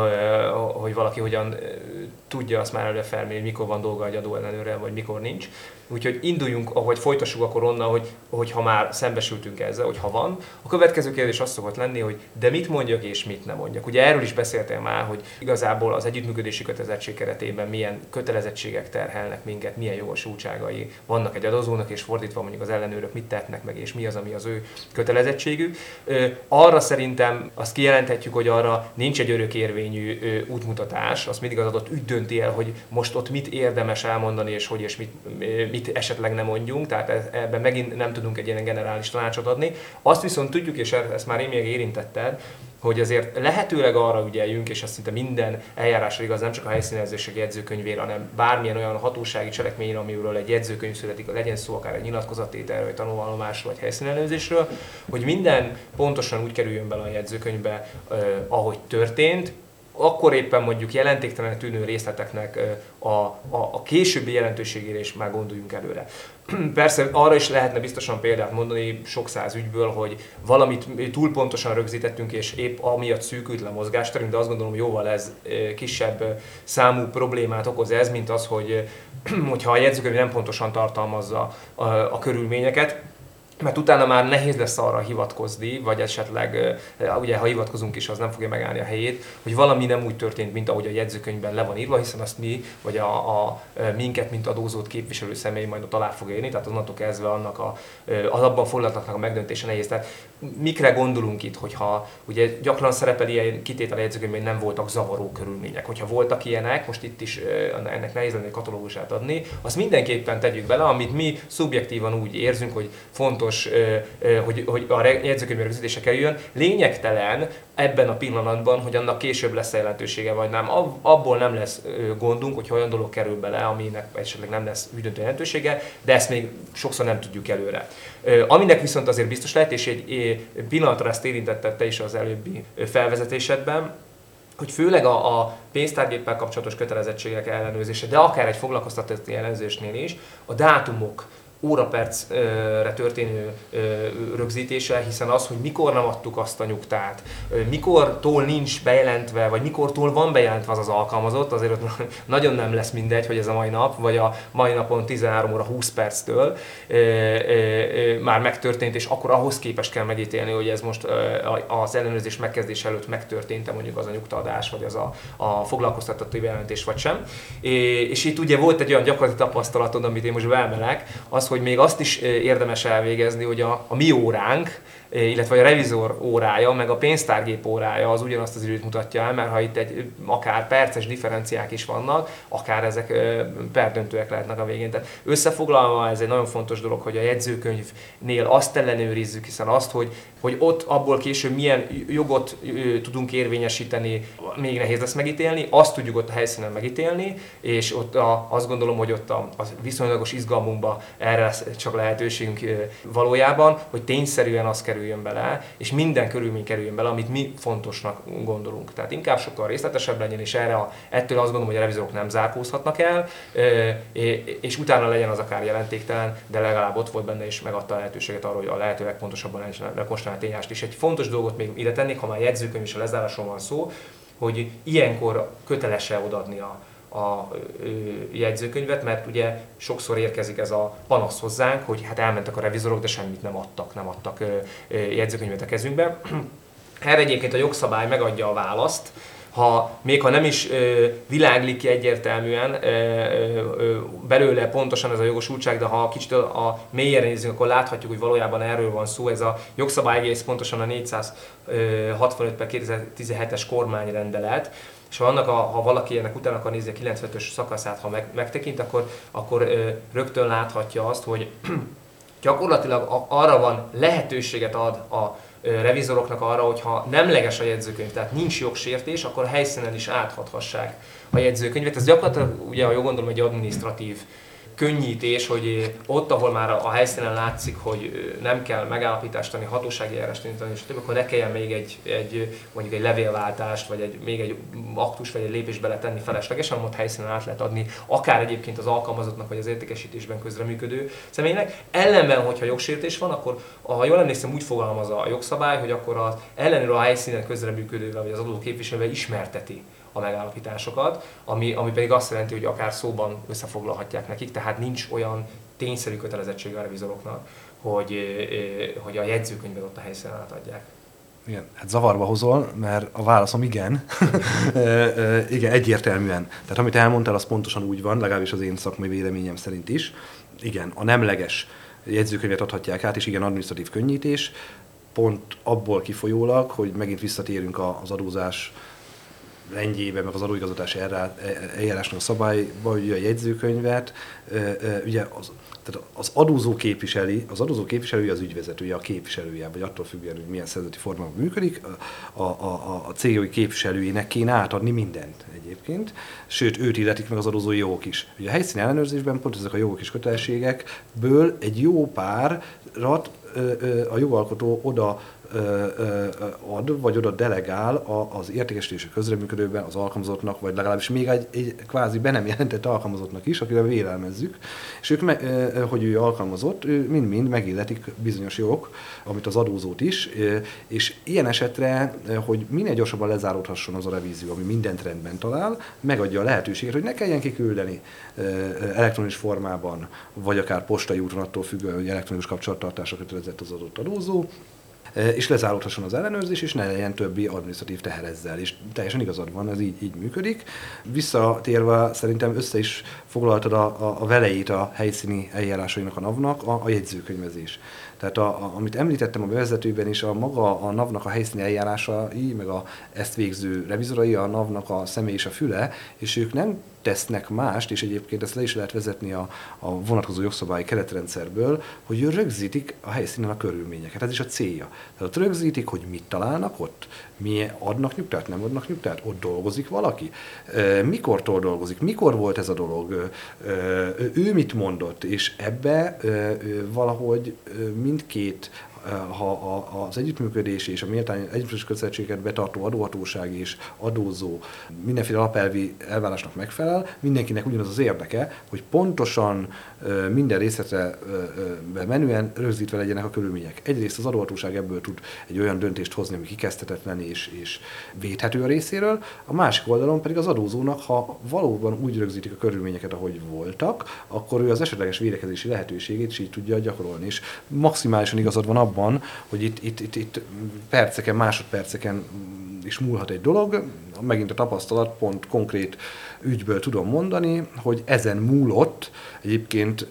hogy valaki hogyan tudja azt már előre felmérni, mikor van dolga egy adóellenőrrel, vagy mikor nincs. Úgyhogy induljunk, ahogy folytassuk akkor onnan, hogy, hogy ha már szembesültünk ezzel, hogy ha van. A következő kérdés az szokott lenni, hogy de mit mondjak és mit nem mondjak. Ugye erről is beszéltél már, hogy igazából az együttműködési kötelezettség keretében milyen kötelezettségek terhelnek minket, milyen jogosultságai vannak egy adózónak, és fordítva mondjuk az ellenőrök mit tehetnek meg, és mi az, ami az ő kötelezettségük. Arra szerintem azt kijelenthetjük, hogy arra nincs egy örökérvényű útmutatás, azt mindig az adott ügy dönti el, hogy most ott mit érdemes elmondani, és hogy és mit, mit esetleg nem mondjunk, tehát ebben megint nem tudunk egy ilyen generális tanácsot adni. Azt viszont tudjuk, és ezt már én még érintetted, hogy azért lehetőleg arra ügyeljünk, és azt szinte minden eljárásra igaz, nem csak a helyszínelzések jegyzőkönyvére, hanem bármilyen olyan hatósági cselekményre, amiről egy jegyzőkönyv születik, legyen szó akár egy nyilatkozattételről, vagy tanulvallomásról, vagy helyszínelőzésről, hogy minden pontosan úgy kerüljön bele a jegyzőkönyvbe, eh, ahogy történt, akkor éppen mondjuk jelentéktelen tűnő részleteknek a, a, a későbbi jelentőségére is már gondoljunk előre. Persze arra is lehetne biztosan példát mondani sok száz ügyből, hogy valamit túl pontosan rögzítettünk, és épp amiatt szűkült le mozgásterünk, de azt gondolom, hogy jóval ez kisebb számú problémát okoz ez, mint az, hogy hogyha a jegyzőkönyv nem pontosan tartalmazza a, a körülményeket, mert utána már nehéz lesz arra hivatkozni, vagy esetleg, ugye ha hivatkozunk is, az nem fogja megállni a helyét, hogy valami nem úgy történt, mint ahogy a jegyzőkönyvben le van írva, hiszen azt mi, vagy a, a minket, mint adózót képviselő személy majd ott alá fog érni, tehát onnantól kezdve annak a, az abban foglaltaknak a megdöntése nehéz. Tehát mikre gondolunk itt, hogyha ugye gyakran szerepel ilyen kitétel a jegyzőkönyvben, hogy nem voltak zavaró körülmények. Hogyha voltak ilyenek, most itt is ennek nehéz lenne egy katalógusát adni, azt mindenképpen tegyük bele, amit mi szubjektívan úgy érzünk, hogy fontos, hogy, hogy a jegyzőkönyv rögzítése kerüljön. Lényegtelen ebben a pillanatban, hogy annak később lesz jelentősége, vagy nem. Abból nem lesz gondunk, hogy olyan dolog kerül bele, aminek esetleg nem lesz ügydöntő jelentősége, de ezt még sokszor nem tudjuk előre. Aminek viszont azért biztos lehet, és egy pillanatra ezt érintetted te is az előbbi felvezetésedben, hogy főleg a, a pénztárgéppel kapcsolatos kötelezettségek ellenőrzése, de akár egy foglalkoztatási ellenőrzésnél is, a dátumok órapercre történő rögzítése, hiszen az, hogy mikor nem adtuk azt a nyugtát, mikortól nincs bejelentve, vagy mikortól van bejelentve az az alkalmazott, azért ott nagyon nem lesz mindegy, hogy ez a mai nap, vagy a mai napon tizenhárom óra húsz perctől már megtörtént, és akkor ahhoz képest kell megítélni, hogy ez most az ellenőrzés megkezdése előtt megtörtént-e mondjuk az a nyugtaadás, vagy az a, a foglalkoztatói bejelentés, vagy sem. És itt ugye volt egy olyan gyakorlati tapasztalatod, amit én most beemelek, az, hogy még azt is érdemes elvégezni, hogy a, a mi óránk, illetve a revizor órája, meg a pénztárgép órája az ugyanazt az időt mutatja el, mert ha itt egy akár perces differenciák is vannak, akár ezek perdöntőek lehetnek a végén. Tehát összefoglalva ez egy nagyon fontos dolog, hogy a jegyzőkönyvnél azt ellenőrizzük, hiszen azt, hogy, hogy ott abból később milyen jogot tudunk érvényesíteni, még nehéz lesz megítélni, azt tudjuk ott a helyszínen megítélni, és ott a, azt gondolom, hogy ott a, a viszonylagos izgalmunkban erre lesz csak lehetőségünk valójában, hogy tényszerűen az kerül kerüljön bele, és minden körülmény kerüljön bele, amit mi fontosnak gondolunk. Tehát inkább sokkal részletesebb legyen, és erre a, ettől azt gondolom, hogy a revizorok nem zárkózhatnak el, és utána legyen az akár jelentéktelen, de legalább ott volt benne, és megadta a lehetőséget arra, hogy a lehető legpontosabban rekonstruálni a tényást. És egy fontos dolgot még ide tennék, ha már jegyzőkönyv és a lezárásról van szó, hogy ilyenkor köteles-e odaadni a, a ö, jegyzőkönyvet, mert ugye sokszor érkezik ez a panasz hozzánk, hogy hát elmentek a revizorok, de semmit nem adtak, nem adtak ö, ö, jegyzőkönyvet a kezünkbe. Erre egyébként a jogszabály megadja a választ, ha még ha nem is ö, világlik ki egyértelműen ö, ö, belőle pontosan ez a jogosultság, de ha kicsit a, a mélyére nézzünk, akkor láthatjuk, hogy valójában erről van szó. Ez a jogszabály egész pontosan a négyszázhatvanöt per kétezer-tizenhetes kormányrendelet, és ha, annak a, ha valaki ennek utána akar nézni a kilencvenötös szakaszát, ha meg, megtekint, akkor, akkor ö, rögtön láthatja azt, hogy gyakorlatilag arra van lehetőséget ad a revizoroknak arra, hogyha nemleges a jegyzőkönyv, tehát nincs jogsértés, akkor a helyszínen is áthathassák a jegyzőkönyvet. Ez gyakorlatilag, ugye, ha jól gondolom, egy adminisztratív könnyítés, hogy ott, ahol már a helyszínen látszik, hogy nem kell megállapítást tenni, hatósági eljárást indítani, és több, akkor ne kelljen még egy, egy, mondjuk egy levélváltást, vagy egy, még egy aktus, vagy egy lépést beletenni feleslegesen, ott helyszínen át lehet adni, akár egyébként az alkalmazottnak, vagy az értékesítésben közreműködő személynek. Ellenben, hogyha jogsértés van, akkor, ha jól emlékszem, úgy fogalmaz a jogszabály, hogy akkor az ellenőr a helyszínen közreműködővel, vagy az adó képviselővel ismerteti a megállapításokat, ami, ami pedig azt jelenti, hogy akár szóban összefoglalhatják nekik, tehát nincs olyan tényszerű kötelezettsége a revizoroknak, hogy, hogy a jegyzőkönyvet ott a helyszínen átadják. Igen, hát zavarba hozol, mert a válaszom igen. Igen, egyértelműen. Tehát amit elmondtál, az pontosan úgy van, legalábbis az én szakmai véleményem szerint is. Igen, a nemleges jegyzőkönyvet adhatják át, és igen, adminisztratív könnyítés, pont abból kifolyólag, hogy megint visszatérünk az adózás rendjében, meg az adóigazgatási eljárásnak a szabályba, hogy a jegyzőkönyvet, ugye az, tehát az adózó képviseli, az adózó képviselője az ügyvezetője, a képviselője, vagy attól függően, hogy milyen szervezeti formában működik, a, a, a, a cégi képviselőjének kéne átadni mindent egyébként, sőt, őt illetik meg az adózói jogok is. Ugye a helyszíni ellenőrzésben pont ezek a jogok és kötelességekből egy jó párat a jogalkotó oda ad, vagy oda delegál az értékesítési közreműködőben az alkalmazottnak, vagy legalábbis még egy, egy kvázi be nem jelentett alkalmazottnak is, akivel vélelmezzük, és ők, me, hogy ő alkalmazott, ő mind-mind megilletik bizonyos jogok, amit az adózót is, és ilyen esetre, hogy minél gyorsabban lezáródhasson az a revízió, ami mindent rendben talál, megadja a lehetőséget, hogy ne kelljen kiküldeni elektronikus formában, vagy akár postai úton, attól függően, hogy elektronikus kapcsolattartásra kötelezett az adott adózó, és lezáródhasson az ellenőrzés, és ne legyen többi adminisztratív teher ezzel. És teljesen igazad van, ez így, így működik. Visszatérve szerintem össze is foglaltad a, a, a velejét a helyszíni eljárásainak a NAV-nak, a, a jegyzőkönyvezés. Tehát a, a, amit említettem a bevezetőben is, a maga a NAV-nak a helyszíni eljárásai, meg a ezt végző revizorai, a NAV-nak a személy és a füle, és ők nem tesznek mást, és egyébként ezt le is lehet vezetni a, a vonatkozó jogszabályi keretrendszerből, hogy rögzítik a helyszínen a körülményeket. Ez is a célja. Tehát ott rögzítik, hogy mit találnak ott, mi adnak nyugtát, nem adnak nyugtát, ott dolgozik valaki, mikortól dolgozik, mikor volt ez a dolog, ő mit mondott, és ebbe valahogy mindkét, ha az együttműködés és a méltányos együttműködés kötelezettségeket betartó adóhatóság és adózó mindenféle alapelvi elvárásnak megfelel, mindenkinek ugyanaz az érdeke, hogy pontosan minden részletre menően rögzítve legyenek a körülmények. Egyrészt az adóhatóság ebből tud egy olyan döntést hozni, ami kikezdhetetlen és, és védhető a részéről, a másik oldalon pedig az adózónak, ha valóban úgy rögzítik a körülményeket, ahogy voltak, akkor ő az esetleges védekezési lehetőségét is így tudja gyakorolni. És maximálisan igazad van abban, hogy itt, itt, itt, itt perceken, másodperceken is múlhat egy dolog, megint a tapasztalat pont konkrét ügyből tudom mondani, hogy ezen múlott, egyébként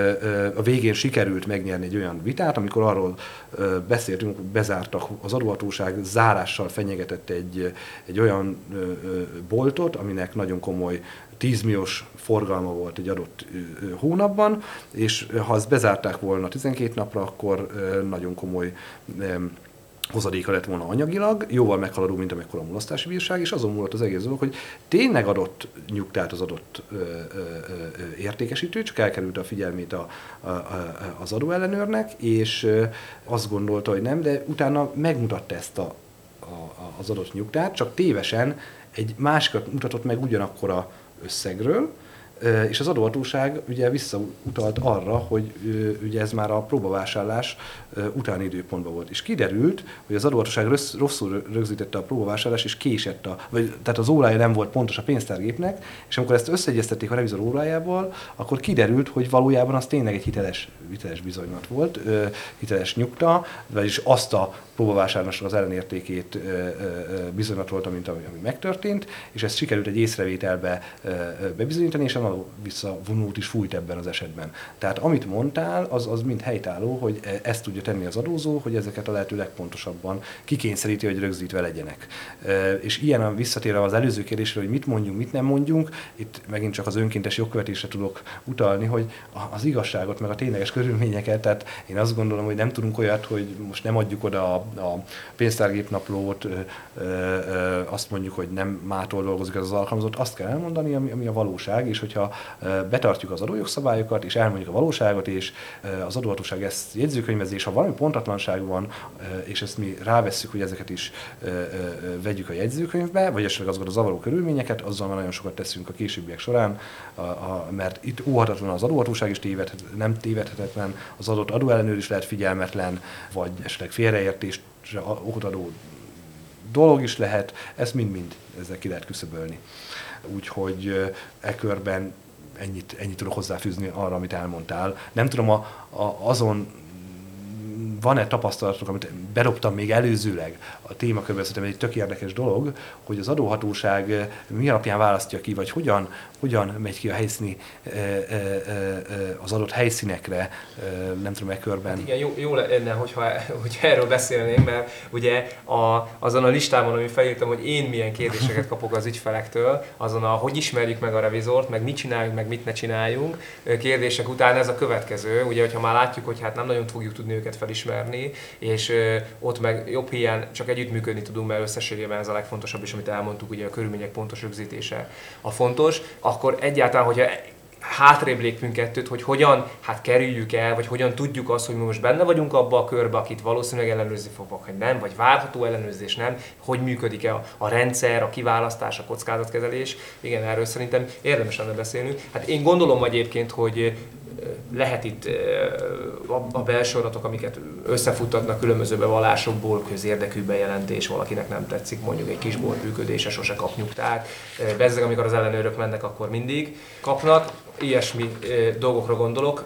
a végén sikerült megnyerni egy olyan vitát, amikor arról beszéltünk, hogy bezártak, az adóhatóság zárással fenyegetett egy, egy olyan boltot, aminek nagyon komoly tízmilliós forgalma volt egy adott hónapban, és ha azt bezárták volna tizenkét napra, akkor nagyon komoly hozadéka lett volna anyagilag, jóval meghaladó, mint amekkora a mulasztási bírság, és azon múlott az egész dolog, hogy tényleg adott nyugtát az adott ö, ö, ö, értékesítő, csak elkerült a figyelmét a, a, a, az adóellenőrnek, és ö, azt gondolta, hogy nem, de utána megmutatta ezt a, a, az adott nyugtát, csak tévesen egy másikat mutatott meg ugyanakkora összegről, és az adóhatóság ugye visszautalt arra, hogy ugye ez már a próbavásárlás utáni időpontban volt. És kiderült, hogy az adóhatóság rosszul rögzítette a próbavásárlást, és késett a, vagy, tehát az órája nem volt pontos a pénztárgépnek, és amikor ezt összeegyeztették a revizor órájával, akkor kiderült, hogy valójában az tényleg egy hiteles, hiteles bizonylat volt, hiteles nyugta, vagyis azt a próbavásárlásnak az ellenértékét bizonylatolta, mint ami, ami megtörtént, és ezt sikerült egy észrevételbe bebizonyítani, és a visszavonult is fújt ebben az esetben. Tehát amit mondtál, az, az mind helytálló, hogy ezt tudja tenni az adózó, hogy ezeket a lehető legpontosabban kikényszeríti, hogy rögzítve legyenek. És ilyen a visszatérve az előző kérdésre, hogy mit mondjunk, mit nem mondjunk, itt megint csak az önkéntes jogkövetésre tudok utalni, hogy az igazságot, meg a tényleges körülményeket, tehát én azt gondolom, hogy nem tudunk olyat, hogy most nem adjuk oda a, a pénztárgépnaplót, azt mondjuk, hogy nem mától dolgozik ez az alkalmazott, azt kell elmondani, ami, ami a valóság, és hogyha betartjuk az adójogszabályokat, és elmondjuk a valóságot, és az adóhatóság ezt jegyzőkönyvezi, és ha valami pontatlanság van, és ezt mi rávesszük, hogy ezeket is vegyük a jegyzőkönyvbe, vagy esetleg azokat a zavaró körülményeket, azzal már nagyon sokat teszünk a későbbiek során, a, a, mert itt óhatatlan az adóhatóság is tévedhet, nem tévedhetetlen, az adott adóellenőr is lehet figyelmetlen, vagy esetleg félreértésre okot adó dolog is lehet, ezt mind-mind ezzel ki lehet küszöbölni. Úgyhogy e körben ennyit, ennyit tudok hozzáfűzni arra, amit elmondtál. Nem tudom, a, a, azon van-e tapasztalatok, amit bedobtam még előzőleg a témakörben, szerintem egy tök érdekes dolog, hogy az adóhatóság mi alapján választja ki, vagy hogyan, hogyan megy ki a helyszíni, az adott helyszínekre, nem tudom, e körben. Hát igen, jó, jó lenne, hogyha, hogyha erről beszélnénk, mert ugye a, azon a listában, amit felírtam, hogy én milyen kérdéseket kapok az ügyfelektől, azon a hogy ismerjük meg a revizort, meg mit csináljunk, meg mit ne csináljunk, kérdések után ez a következő, ugye, hogyha már látjuk, hogy hát nem nagyon fogjuk tudni őket felismerni, és ott meg jobb hiány csak együttműködni tudunk, mert összességében ez a legfontosabb is, amit elmondtuk, ugye a körülmények pontos rögzítése a fontos, akkor egyáltalán, hogyha hátrébb lépünk kettőt, hogy hogyan hát kerüljük el, vagy hogyan tudjuk azt, hogy mi most benne vagyunk abba a körbe, akit valószínűleg ellenőrizni fogok, hogy nem, vagy várható ellenőrzés nem, hogy működik-e a, a rendszer, a kiválasztás, a kockázatkezelés. Igen, erről szerintem érdemes lenne beszélnünk. Hát én gondolom egyébként, hogy lehet itt a belső adatok, amiket összefuttatnak különböző bevallásokból, közérdekű bejelentés, valakinek nem tetszik, mondjuk egy kisbolt működése, sose kap nyugtát. Bezzeg, amikor az ellenőrök mennek, akkor mindig kapnak. Ilyesmi dolgokra gondolok.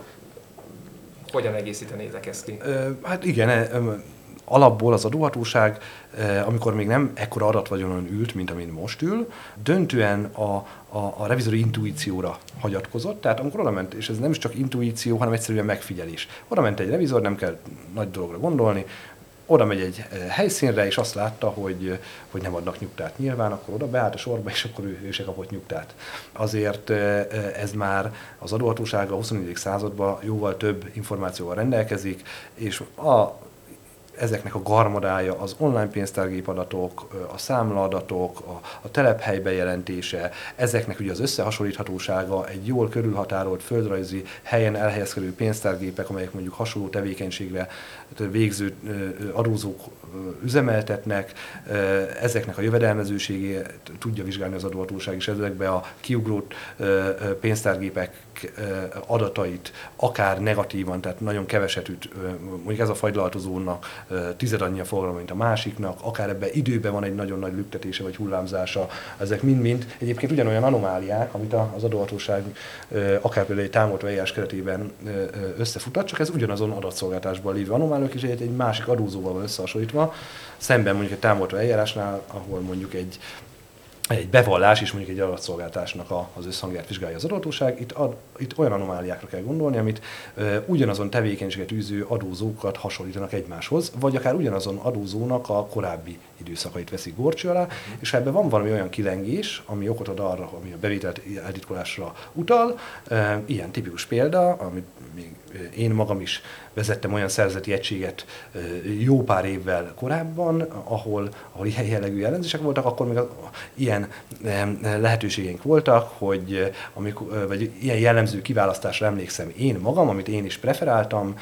Hogyan egészítenétek ezt ki? Hát igen, alapból az adóhatóság, amikor még nem ekkora adatvagyonon ült, mint amin most ül, döntően a, a, a revizori intuícióra hagyatkozott, tehát amikor oda ment, és ez nem is csak intuíció, hanem egyszerűen megfigyelés. Oda ment egy revizor, nem kell nagy dologra gondolni, oda megy egy helyszínre, és azt látta, hogy, hogy nem adnak nyugtát nyilván, akkor oda beállt a sorba, és akkor ő, ő se kapott nyugtát. Azért ez már az adóhatóság a huszonegyedik században jóval több információval rendelkezik, és a ezeknek a garmadája az online pénztárgép adatok, a számlaadatok, a, a telephely bejelentése, ezeknek ugye az összehasonlíthatósága, egy jól körülhatárolt földrajzi helyen elhelyezkedő pénztárgépek, amelyek mondjuk hasonló tevékenységre végző adózók üzemeltetnek, ezeknek a jövedelmezőségét tudja vizsgálni az adóhatóság, és ezekbe a kiugró pénztárgépek adatait, akár negatívan, tehát nagyon keveset üt, mondjuk ez a fagylaltozónak tized annyi a forgalom, mint a másiknak, akár ebben időben van egy nagyon nagy lüktetése vagy hullámzása, ezek mind-mind egyébként ugyanolyan anomáliák, amit az adóhatóság akár például egy támogató eljárás keretében összefutat, csak ez ugyanazon adatszolgáltásban lévő anomáliák is egy, egy másik adózóval van összehasonlítva, szemben mondjuk egy támogató eljárásnál, ahol mondjuk egy egy bevallás és mondjuk egy adatszolgáltásnak a, az összhangját vizsgálja az adóhatóság. Itt, ad, itt olyan anomáliákra kell gondolni, amit ö, ugyanazon tevékenységet űző adózókat hasonlítanak egymáshoz, vagy akár ugyanazon adózónak a korábbi időszakait veszik górcső alá, és ha ebben van valami olyan kilengés, ami okot ad arra, ami a bevételt eltitkolásra utal, ö, ilyen tipikus példa, amit még én magam is vezettem olyan szervezeti egységet jó pár évvel korábban, ahol, ahol ilyen jellegű ellenzések voltak, akkor még az, ilyen lehetőségeink voltak, hogy amikor, vagy ilyen jellemző kiválasztásra emlékszem én magam, amit én is preferáltam,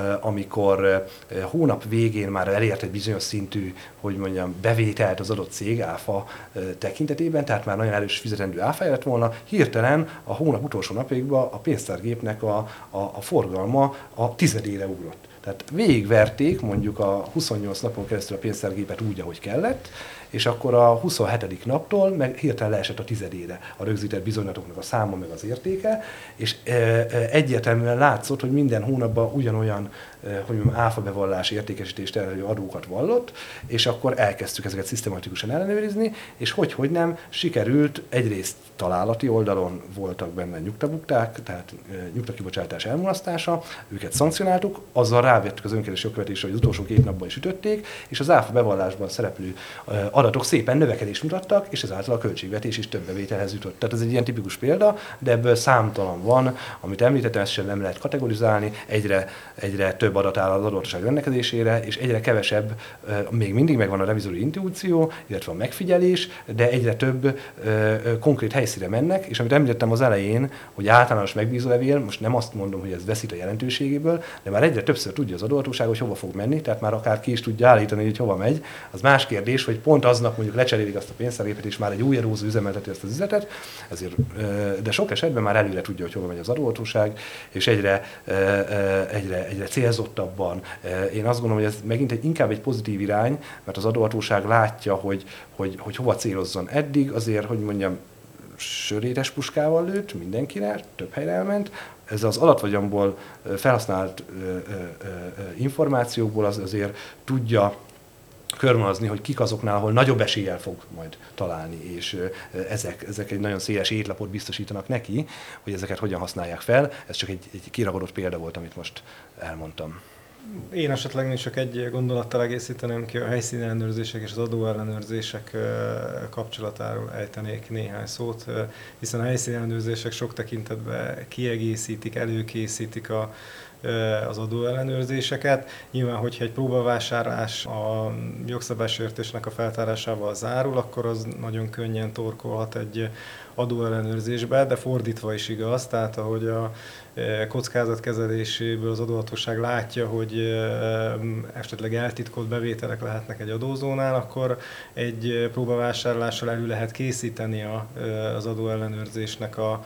amikor hónap végén már elért egy bizonyos szintű, hogy mondjam, bevételt az adott cég áfa tekintetében, tehát már nagyon erős fizetendő áfája lett volna, hirtelen a hónap utolsó napjainkban a pénztárgépnek a, a, a forgalma a tizedére ugrott. Tehát végigverték mondjuk a huszonnyolc napon keresztül a pénztárgépet úgy, ahogy kellett, és akkor a huszonhetedik naptól meg hirtelen leesett a tizedére a rögzített bizonylatoknak a száma meg az értéke, és e, e, egyértelműen látszott, hogy minden hónapban ugyanolyan e, hogy mondjam, áfa bevallás értékesítést terhelő adókat vallott, és akkor elkezdtük ezeket szisztematikusan ellenőrizni, és hogy-hogy nem sikerült egyrészt találati oldalon voltak benne nyugtabukták, tehát e, nyugtakibocsátás elmulasztása, őket szankcionáltuk, azzal rávettük az önkéntes jogkövetésre, hogy az utolsó két napban is ütötték, és az áfa bevallásban szereplő e, adatok szépen növekedést mutattak, és ezáltal a költségvetés is több bevételhez jutott. Tehát ez egy ilyen tipikus példa, de ebből számtalan van, amit említettem, ezt sem nem lehet kategorizálni, egyre, egyre több adat áll az adóhatóság rendelkezésére, és egyre kevesebb, még mindig megvan a revizori intuíció, illetve a megfigyelés, de egyre több konkrét helyszínre mennek, és amit említettem az elején, hogy általános megbízólevél, most nem azt mondom, hogy ez veszít a jelentőségéből, de már egyre többször tudja az adóhatóság, hogy hova fog menni, tehát már akár ki is tudja állítani, hogy hova megy. Az más kérdés, hogy pont aznap mondjuk lecserélik azt a pénztárgépet, és már egy új adózó üzemelteti ezt az üzletet, ezért, de sok esetben már előre tudja, hogy hova megy az adóhatóság, és egyre, egyre, egyre célzottabban. Én azt gondolom, hogy ez megint egy, inkább egy pozitív irány, mert az adóhatóság látja, hogy, hogy, hogy hova célozzon. Eddig azért, hogy mondjam, sörétes puskával lőtt mindenkire, több helyre elment. Ez az adatvagyamból felhasznált információkból az azért tudja körvonalazni, hogy kik azoknál, ahol nagyobb eséllyel fog majd találni, és ezek, ezek egy nagyon széles étlapot biztosítanak neki, hogy ezeket hogyan használják fel. Ez csak egy, egy kiragadott példa volt, amit most elmondtam. Én esetleg még csak egy gondolattal egészíteném ki, a helyszíni ellenőrzések és az adóellenőrzések kapcsolatáról ejtenék néhány szót, hiszen a helyszíni ellenőrzések sok tekintetben kiegészítik, előkészítik a az adóellenőrzéseket. Nyilván, hogyha egy próbavásárlás a jogszabálysértésnek a feltárásával zárul, akkor az nagyon könnyen torkolhat egy adóellenőrzésbe, de fordítva is igaz, tehát ahogy a kockázatkezeléséből az adóhatóság látja, hogy esetleg eltitkolt bevételek lehetnek egy adózónál, akkor egy próbavásárlással elő lehet készíteni az adóellenőrzésnek a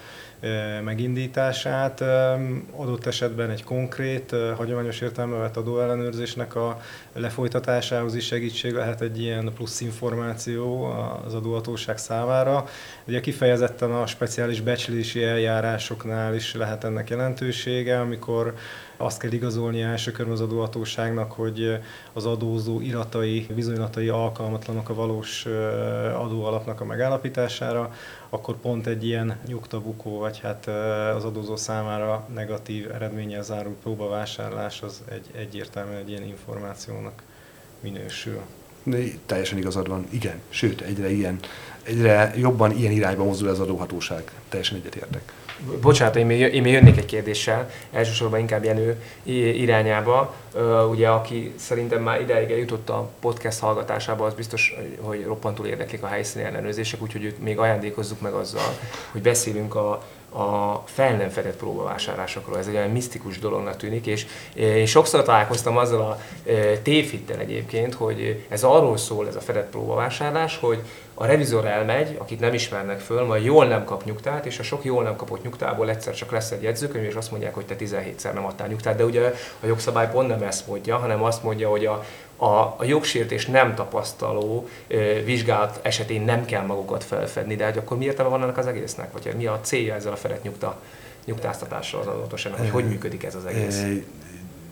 megindítását. Adott esetben egy konkrét, hagyományos értelemben vett adóellenőrzésnek a lefolytatásához is segítség lehet egy ilyen plusz információ az adóhatóság számára. Ugye kifejezetten a speciális becslési eljárásoknál is lehet ennek jelentősége, amikor azt kell igazolni első körben az adóhatóságnak, hogy az adózó iratai, bizonylatai alkalmatlanok a valós adóalapnak a megállapítására, akkor pont egy ilyen nyugtabukó, vagy hát az adózó számára negatív eredménnyel zárult próbavásárlás az egy, egyértelműen egy ilyen információnak minősül. De teljesen igazad van, igen, sőt, egyre, ilyen, egyre jobban ilyen irányba mozdul az adóhatóság. Teljesen egyetértek. Bocsánat, én még, én még jönnék egy kérdéssel, elsősorban inkább Jenő irányába. Ugye, aki szerintem már ideig eljutott a podcast hallgatásába, az biztos, hogy roppantul érdeklik a helyszíni ellenőrzések, úgyhogy őt még ajándékozzuk meg azzal, hogy beszélünk a, a fel nem fedett próbavásárlásokról. Ez egy olyan misztikus dolognak tűnik, és én sokszor találkoztam azzal a tévhittel egyébként, hogy ez arról szól, ez a fedett próbavásárlás, hogy a revizor elmegy, akit nem ismernek föl, majd jól nem kap nyugtát, és a sok jól nem kapott nyugtából egyszer csak lesz egy jegyzőkönyv, és azt mondják, hogy te tizenhétszer nem adtál nyugtát, de ugye a jogszabály pont nem ezt mondja, hanem azt mondja, hogy a, a, a jogsértés nem tapasztaló e, vizsgálat esetén nem kell magukat felfedni, de hogy akkor mi értelme van ennek az egésznek? Vagy mi a célja ezzel a fedett nyugta, nyugtáztatással az adatosan, hogy hogy működik ez az egész?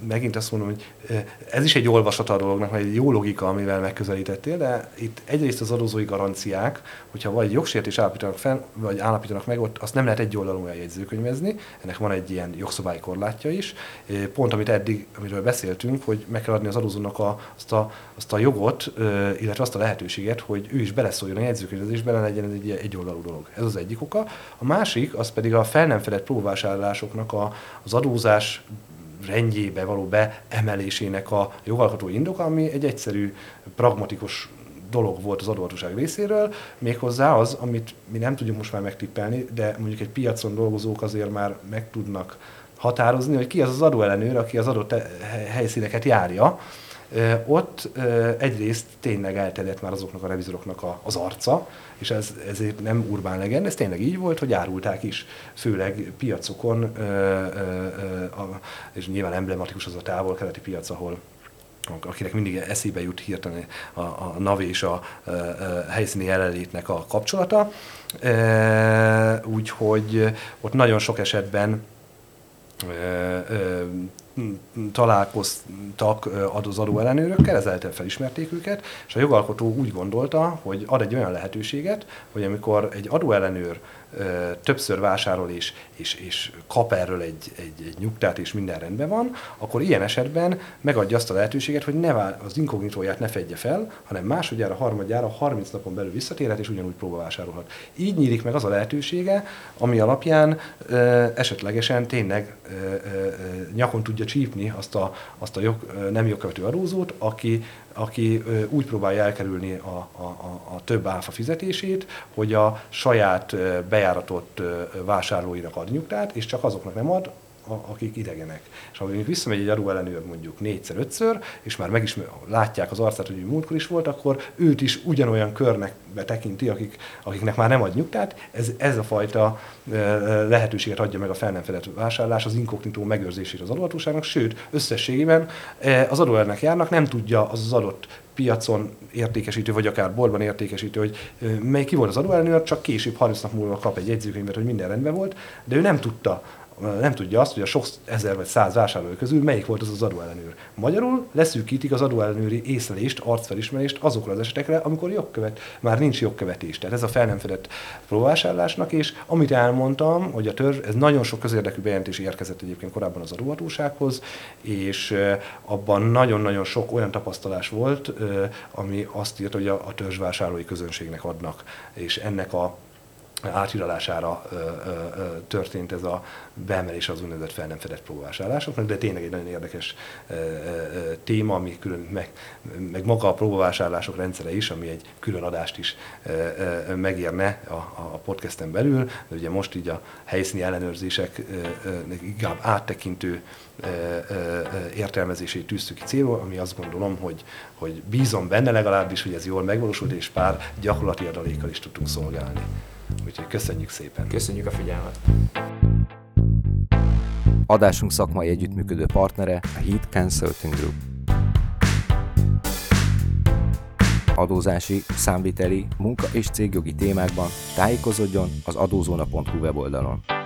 megint azt mondom, hogy ez is egy olvasata a dolognak, egy jó logika, amivel megközelítettél, de itt egyrészt az adózói garanciák, hogyha vagy jogsértés állapítanak fel, vagy állapítanak meg, ott azt nem lehet egy oldalon jegyzőkönyvezni, ennek van egy ilyen jogszabályi korlátja is. Pont amit eddig, amiről beszéltünk, hogy meg kell adni az adózónak a, azt, a, azt a jogot, illetve azt a lehetőséget, hogy ő is beleszóljon a jegyzőkönyvezésbe, legyen ez egy egy oldalú dolog. Ez az egyik oka. A másik, az pedig a fel nem fedett próbavásárlásoknak a, az adózás rendjébe való beemelésének a jogalkotói indoka, ami egy egyszerű, pragmatikus dolog volt az adóhatóság részéről, méghozzá az, amit mi nem tudjuk most már megtippelni, de mondjuk egy piacon dolgozók azért már meg tudnak határozni, hogy ki az az adóellenőr, aki az adott helyszíneket járja. Ott egyrészt tényleg elterjedt már azoknak a revizoroknak a, az arca, és ez, ezért nem urbán legend, ez tényleg így volt, hogy árulták is, főleg piacokon, és nyilván emblematikus az a távol-keleti piac, ahol akinek mindig eszébe jut hirtelen a, a NAV és a, a, a helyszíni jelenlétnek a kapcsolata. Úgyhogy ott nagyon sok esetben találkoztak az adóellenőrökkel, ezáltal felismerték őket, és a jogalkotó úgy gondolta, hogy ad egy olyan lehetőséget, hogy amikor egy adóellenőr többször vásárol és, és, és kap erről egy, egy, egy nyugtát, és minden rendben van, akkor ilyen esetben megadja azt a lehetőséget, hogy ne vál, az inkognitóját ne fedje fel, hanem másodjára, harmadjára, harminc napon belül visszatérhet, és ugyanúgy próbavásárolhat. Így nyílik meg az a lehetősége, ami alapján ö, esetlegesen tényleg ö, ö, nyakon tudja csípni azt a, azt a jog, nem jogkövető adózót, aki, aki úgy próbálja elkerülni a, a, a, a több áfa fizetését, hogy a saját bejáratott vásárlóinak ad nyugtát, és csak azoknak nem ad, akik idegenek. És ha mondjuk visszamegy egy adóellenőr mondjuk négyszer, ötször, és már meg is látják az arcát, hogy ő múltkor is volt, akkor őt is ugyanolyan körnek betekinti, akik, akiknek már nem ad nyugtát. Ez, ez a fajta lehetőséget adja meg a fel nem fedett vásárlás az inkognitó megőrzésére az adóhatóságnak, sőt, összességében az adóellenőrnek járnak, nem tudja az az adott piacon értékesítő, vagy akár boltban értékesítő, hogy mely ki volt az adóellenőr, csak később harminc nap múlva kap egy jegyzőkönyvet, hogy minden rendben volt, de ő nem tudta, nem tudja azt, hogy a sok ezer vagy száz vásárló közül melyik volt az az adóellenőr. Magyarul leszűkítik az adóellenőri észlelést, arcfelismerést azokra az esetekre, amikor jogkövet, már nincs jogkövetés. Tehát ez a fel nem fedett próbavásárlásnak, és amit elmondtam, hogy a törzs, ez nagyon sok közérdekű bejelentés érkezett egyébként korábban az adóhatósághoz, és abban nagyon-nagyon sok olyan tapasztalás volt, ami azt írt, hogy a, a törzsvásárlói közönségnek adnak, és ennek a áthiralására ö, ö, történt ez a beemelés az úgynevezett fel nem fedett próbavásárlásoknak, de tényleg egy nagyon érdekes ö, ö, téma, ami külön meg, meg maga a próbavásárlások rendszere is, ami egy külön adást is ö, ö, megérne a, a podcasten belül, de ugye most így a helyszíni ellenőrzések ö, ö, inkább áttekintő ö, ö, értelmezését tűztük ki célul, ami azt gondolom, hogy, hogy bízom benne legalábbis, hogy ez jól megvalósult, és pár gyakorlati adalékkal is tudtunk szolgálni. Úgyhogy köszönjük szépen. Köszönjük a figyelmet. Adásunk szakmai együttműködő partnere a Heat Consulting Group. Adózási, számviteli, munka és cégjogi témákban tájékozódjon az adózóna pont hu weboldalon.